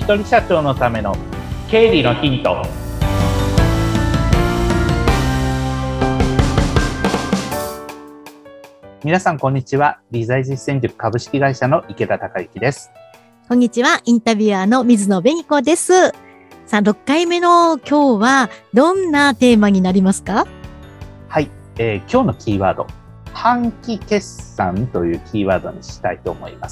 人社長のための経理のヒント。皆さんこんにちは。理財実践塾株式会社の池田孝之です。 こんにちは。インタビュアーの水野紅子です。さあ、6回目の今日はどんなテーマになりますか？ はい、今日のキーワード、半期決算というキーワードにしたいと思います。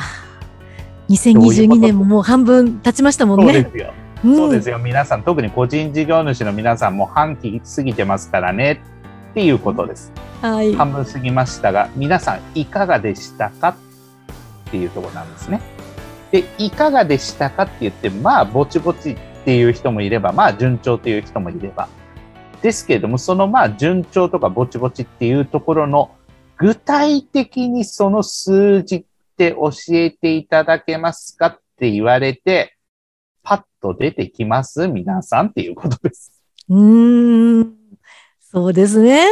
2022年ももう半分経ちましたもんね。 そうですよ。そうですよ。皆さん、特に個人事業主の皆さんも半期過ぎてますからねっていうことです。 はい。 半分過ぎましたが、皆さんいかがでしたかっていうところなんですね。で、いかがでしたかって言って、まあ、ぼちぼちっていう人もいれば、まあ、順調っていう人もいれば。ですけれども、そのまあ、順調とかぼちぼちっていうところの、具体的にその数字って教えていただけますかって言われて、パッと出てきます皆さんっていうことです。 そうですね。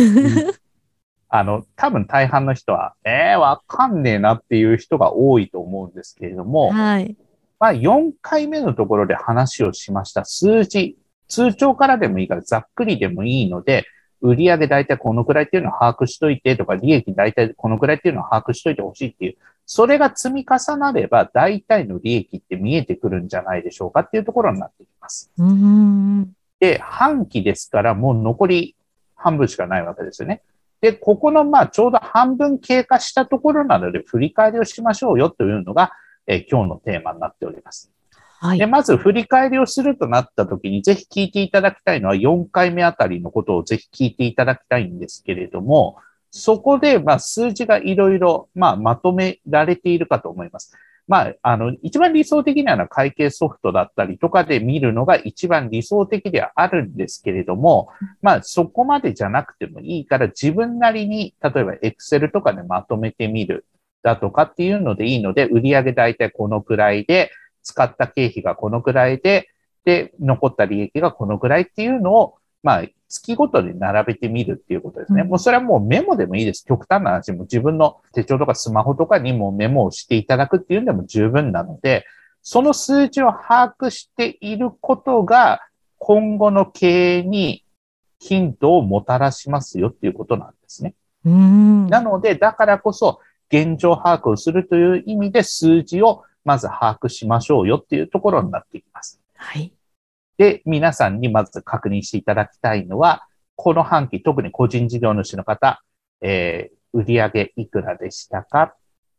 多分大半の人は、わかんねえなっていう人が多いと思うんですけれども、 はい。 まあ4回目のところで話をしました数字、通帳からでもいいからざっくりでもいいので、売上大体このくらいっていうのを把握しといてとか、利益大体このくらいっていうのを把握しといてほしいっていう、それが積み重なれば大体の利益って見えてくるんじゃないでしょうかっていうところになってきます。で、半期ですからもう残り半分しかないわけですよね。で、ここのまあちょうど半分経過したところなので振り返りをしましょうよというのが、今日のテーマになっております。 はい。 で、まず振り返りをするとなったときに、ぜひ聞いていただきたいのは4回目あたりのことをぜひ聞いていただきたいんですけれども、そこで、まあ、数字がいろいろ、まとめられているかと思います。一番理想的なのは会計ソフトだったりとかで見るのが一番理想的ではあるんですけれども、そこまでじゃなくてもいいから自分なりに、例えば Excel とかでまとめてみるだとかっていうのでいいので、売上大体このくらいで、使った経費がこのくらいで、残った利益がこのくらいっていうのを、月ごとに並べてみるっていうことですね。もうそれはもうメモでもいいです。極端な話、も自分の手帳とかスマホとかにもメモをしていただくっていうんでも十分なので、その数字を把握していることが、今後の経営にヒントをもたらしますよっていうことなんですね。なので、だからこそ、現状把握をするという意味で数字をまず把握しましょうよっていうところになってきます。 はい。 で、皆さんにまず確認していただきたいのは、この半期、特に個人事業主の方、売上いくらでしたか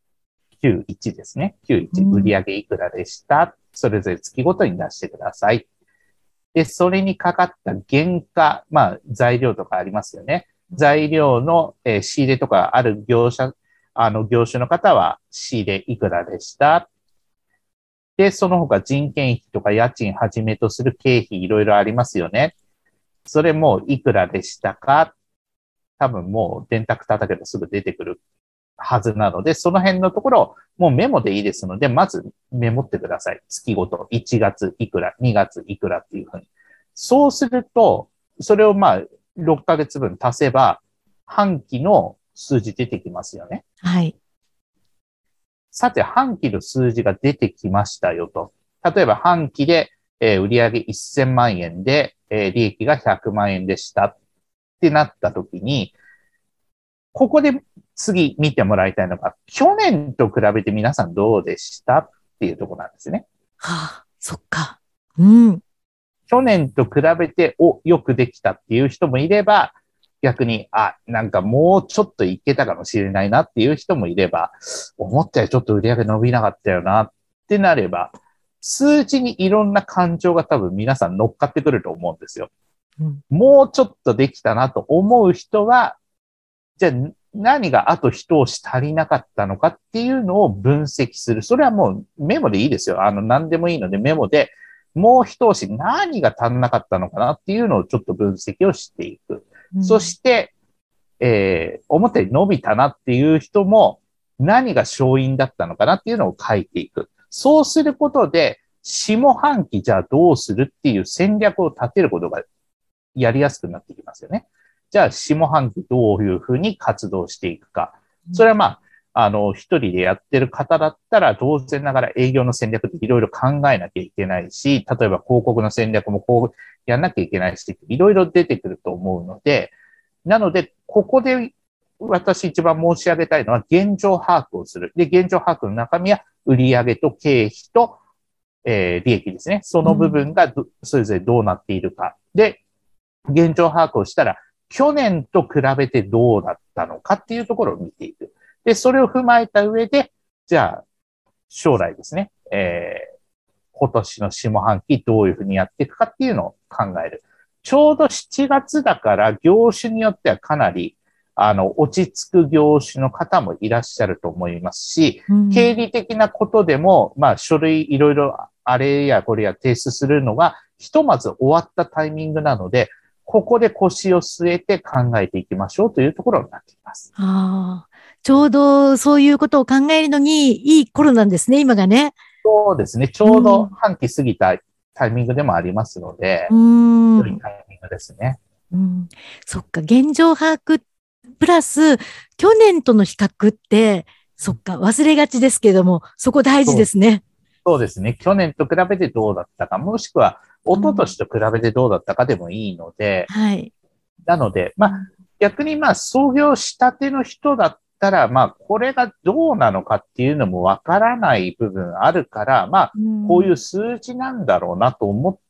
?91 ですね。91、売上いくらでしたそれぞれ月ごとに出してください。で、それにかかった原価、材料とかありますよね。材料の、仕入れとかある業種の方は仕入れいくらでしたで、その他人件費とか家賃はじめとする経費いろいろありますよね。それもいくらでしたか多分もう電卓叩けばすぐ出てくるはずなので、その辺のところもうメモでいいですので、まずメモってください。月ごと1月いくら、2月いくらっていうふうに。そうすると、それを6ヶ月分足せば、半期の数字出てきますよね。 はい。 さて、半期の数字が出てきましたよと。例えば、半期で、売上1000万円で、利益が100万円でしたってなったときに、ここで次見てもらいたいのが、去年と比べて皆さんどうでしたっていうところなんですね。 そっか。 去年と比べて、よくできたっていう人もいれば、逆に、なんかもうちょっといけたかもしれないなっていう人もいれば、思ったよりちょっと売り上げ伸びなかったよなってなれば、数字にいろんな感情が多分皆さん乗っかってくると思うんですよ。もうちょっとできたなと思う人は、じゃあ何があと一押し足りなかったのかっていうのを分析する。それはもうメモでいいですよ。何でもいいのでメモで、もう一押し何が足んなかったのかなっていうのをちょっと分析をしていく。そして、思ったより伸びたなっていう人も何が勝因だったのかなっていうのを書いていく。そうすることで、下半期じゃあどうするっていう戦略を立てることがやりやすくなってきますよね。じゃあ下半期どういうふうに活動していくか。それは一人でやってる方だったら、当然ながら営業の戦略っていろいろ考えなきゃいけないし、例えば広告の戦略もこうやんなきゃいけないし、いろいろ出てくると思うので、なので、ここで私一番申し上げたいのは現状把握をする。で、現状把握の中身は売上と経費と、利益ですね。その部分がそれぞれどうなっているか。で、現状把握をしたら、去年と比べてどうだったのかっていうところを見ていく。で、それを踏まえた上で、じゃあ、将来ですね、今年の下半期どういうふうにやっていくかっていうのを考える。ちょうど7月だから業種によってはかなり、落ち着く業種の方もいらっしゃると思いますし、経理的なことでも、まあ、書類いろいろあれやこれや提出するのが、ひとまず終わったタイミングなので、ここで腰を据えて考えていきましょうというところになっています。 ちょうどそういうことを考えるのにいい頃なんですね、今がね。 そうですね。ちょうど半期過ぎたタイミングでもありますので、良いタイミングですね。 そっか、現状把握プラス、去年との比較って、そっか、忘れがちですけれども、そこ大事ですね。 そうですね。去年と比べてどうだったか、もしくは、一昨年と比べてどうだったかでもいいので、 はい。 なので、まあ、逆にまあ、創業したての人だったら、まあ、これがどうなのかっていうのもわからない部分あるから、まあ、こういう数字なんだろうなと思って、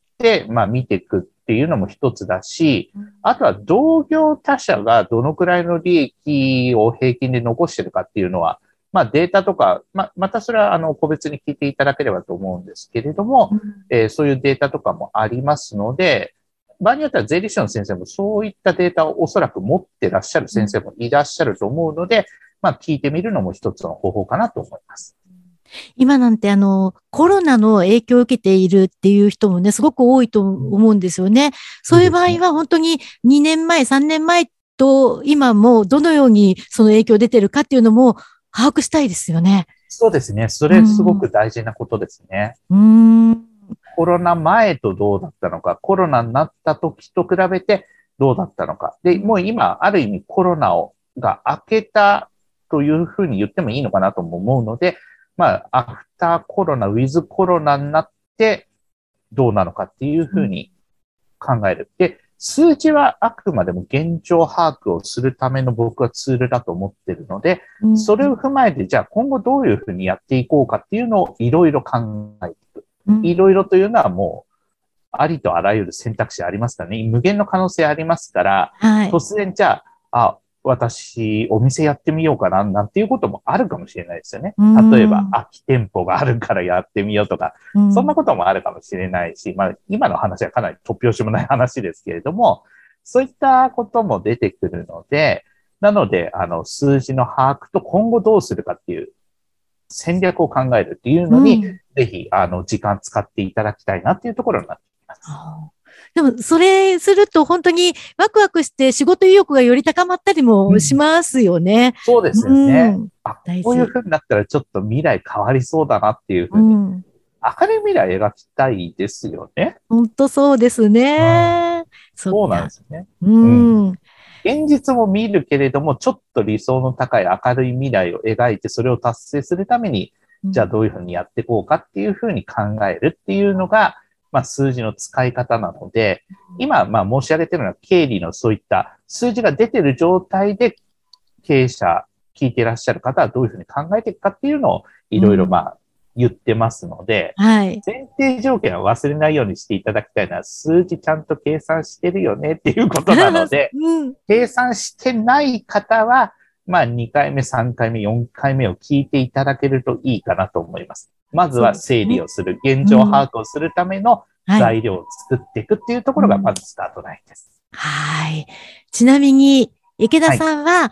まあ、見ていくっていうのも一つだし、あとは同業他社がどのくらいの利益を平均で残してるかっていうのは、まあデータとか、またそれは個別に聞いていただければと思うんですけれども、そういうデータとかもありますので、場合によっては税理士の先生もそういったデータをおそらく持ってらっしゃる先生もいらっしゃると思うので、まあ聞いてみるのも一つの方法かなと思います。 今なんてコロナの影響を受けているっていう人もね、すごく多いと思うんですよね。そういう場合は本当に2年前、3年前と今もどのようにその影響出てるかっていうのも把握したいですよね。 そうですね。それすごく大事なことですね。コロナ前とどうだったのか、コロナになった時と比べてどうだったのか。で、もう今、ある意味コロナが明けたというふうに言ってもいいのかなとも思うので、まあ、アフターコロナ、ウィズコロナになってどうなのかっていうふうに考える。で、数字はあくまでも現状把握をするための僕はツールだと思っているので、それを踏まえて、じゃあ今後どういうふうにやっていこうかっていうのをいろいろ考えていく。いろいろというのはもう、ありとあらゆる選択肢ありますからね。無限の可能性ありますから、突然じゃあ、私、お店やってみようかな、なんていうこともあるかもしれないですよね。例えば、空き店舗があるからやってみようとか、そんなこともあるかもしれないし、まあ、今の話はかなり突拍子もない話ですけれども、そういったことも出てくるので、なので、数字の把握と今後どうするかっていう戦略を考えるっていうのに、ぜひ、時間使っていただきたいなっていうところになっています。 でも、それすると本当にワクワクして仕事意欲がより高まったりもしますよね。 そうですよね。こういうふうになったらちょっと未来変わりそうだなっていうふうに、明るい未来描きたいですよね。 本当そうですね。 そうなんですよね。現実も見るけれども、ちょっと理想の高い明るい未来を描いて、それを達成するために、じゃあどういうふうにやっていこうかっていうふうに考えるっていうのが、まあ数字の使い方なので、今、まあ申し上げているのは経理のそういった数字が出ている状態で経営者、聞いていらっしゃる方はどういうふうに考えていくかっていうのをいろいろまあ言ってますので、前提条件は忘れないようにしていただきたいのは、数字ちゃんと計算してるよねっていうことなので、計算してない方は、まあ2回目、3回目、4回目を聞いていただけるといいかなと思います。まずは整理をする、現状把握をするための材料を作っていくっていうところがまずスタートラインです。 はい。ちなみに、池田さんは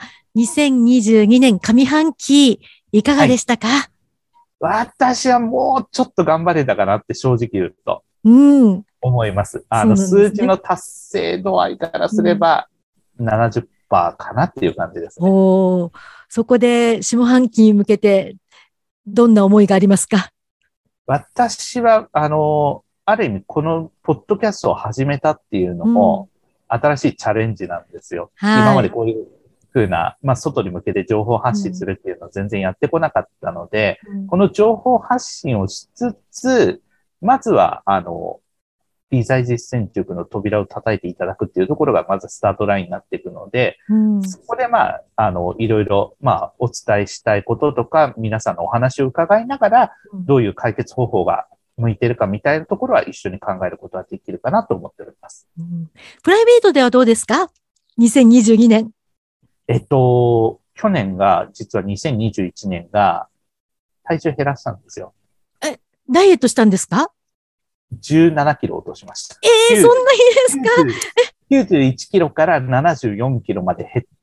2022年上半期いかがでしたか？ 私はもうちょっと頑張れたかなって正直言うと。思います。数字の達成度合いからすれば70%かなっていう感じですね。 そこで下半期に向けてどんな思いがありますか？ 私は、ある意味このポッドキャストを始めたっていうのも新しいチャレンジなんですよ。今までこういう風な、まあ、外に向けて情報発信するっていうのを全然やってこなかったので、 うんこの情報発信をしつつ、まずは、理財実践塾の扉を叩いていただくっていうところがまずスタートラインになっていくので、 うんそこでまあ、いろいろ、まあ、お伝えしたいこととか、皆さんのお話を伺いながら、どういう解決方法が向いてるかみたいなところは一緒に考えることができるかなと思っております。 プライベートではどうですか ?2022 年。 去年が、実は2021年が、体重減らしたんですよ。 ダイエットしたんですか 17キロ落としました。 そんなにですか 91キロから74キロまで減って、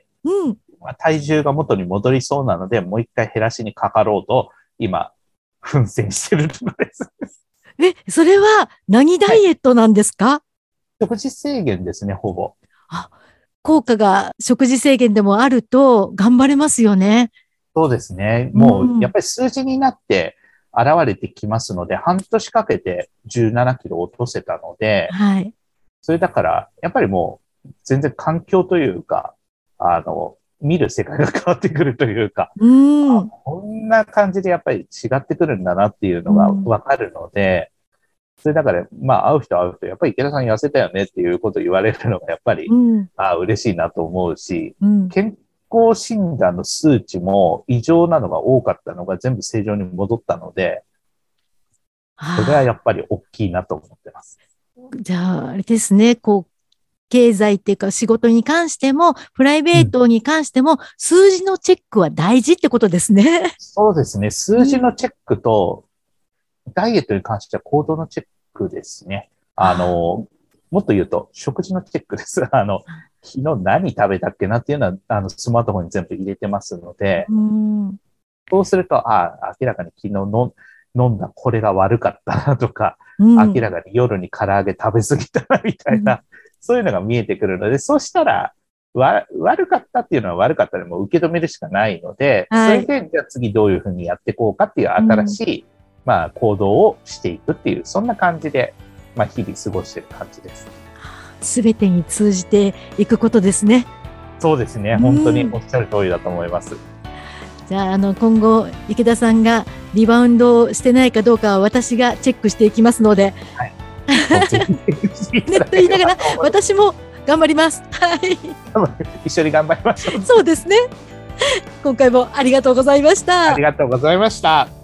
うん。 体重が元に戻りそうなので、もう一回減らしにかかろうと、今、奮戦してるところです。 それは何ダイエットなんですか？ 食事制限ですね、ほぼ。 効果が食事制限でもあると頑張れますよね。 そうですね。もう、やっぱり数字になって現れてきますので、半年かけて17キロ落とせたので、 はい。 それだから、やっぱりもう、全然環境というか、見る世界が変わってくるというか、こんな感じでやっぱり違ってくるんだなっていうのがわかるので、それだから、まあ、会う人、やっぱり池田さん痩せたよねっていうことを言われるのがやっぱり、嬉しいなと思うし、健康診断の数値も異常なのが多かったのが全部正常に戻ったので、それはやっぱり大きいなと思ってます。 じゃあ、あれですね、経済っていうか仕事に関しても、プライベートに関しても、数字のチェックは大事ってことですね。 そうですね。数字のチェックと、ダイエットに関しては行動のチェックですね。もっと言うと、食事のチェックです。昨日何食べたっけなっていうのは、スマートフォンに全部入れてますので、そうすると、明らかに昨日飲んだこれが悪かったなとか、明らかに夜に唐揚げ食べ過ぎたなみたいな、そういうのが見えてくるので、そうしたら、悪かったっていうのは悪かったでも受け止めるしかないので、それで、じゃあ次どういうふうにやっていこうかっていう新しい、まあ、行動をしていくっていう、そんな感じで、まあ、日々過ごしている感じです。 すべてに通じていくことですね。 そうですね。本当におっしゃる通りだと思います。 じゃあ、今後、池田さんがリバウンドしてないかどうかは私がチェックしていきますので、はい。ネット言いながら、私も頑張ります。はい。 一緒に頑張りましょう。 そうですね。今回もありがとうございました。 ありがとうございました。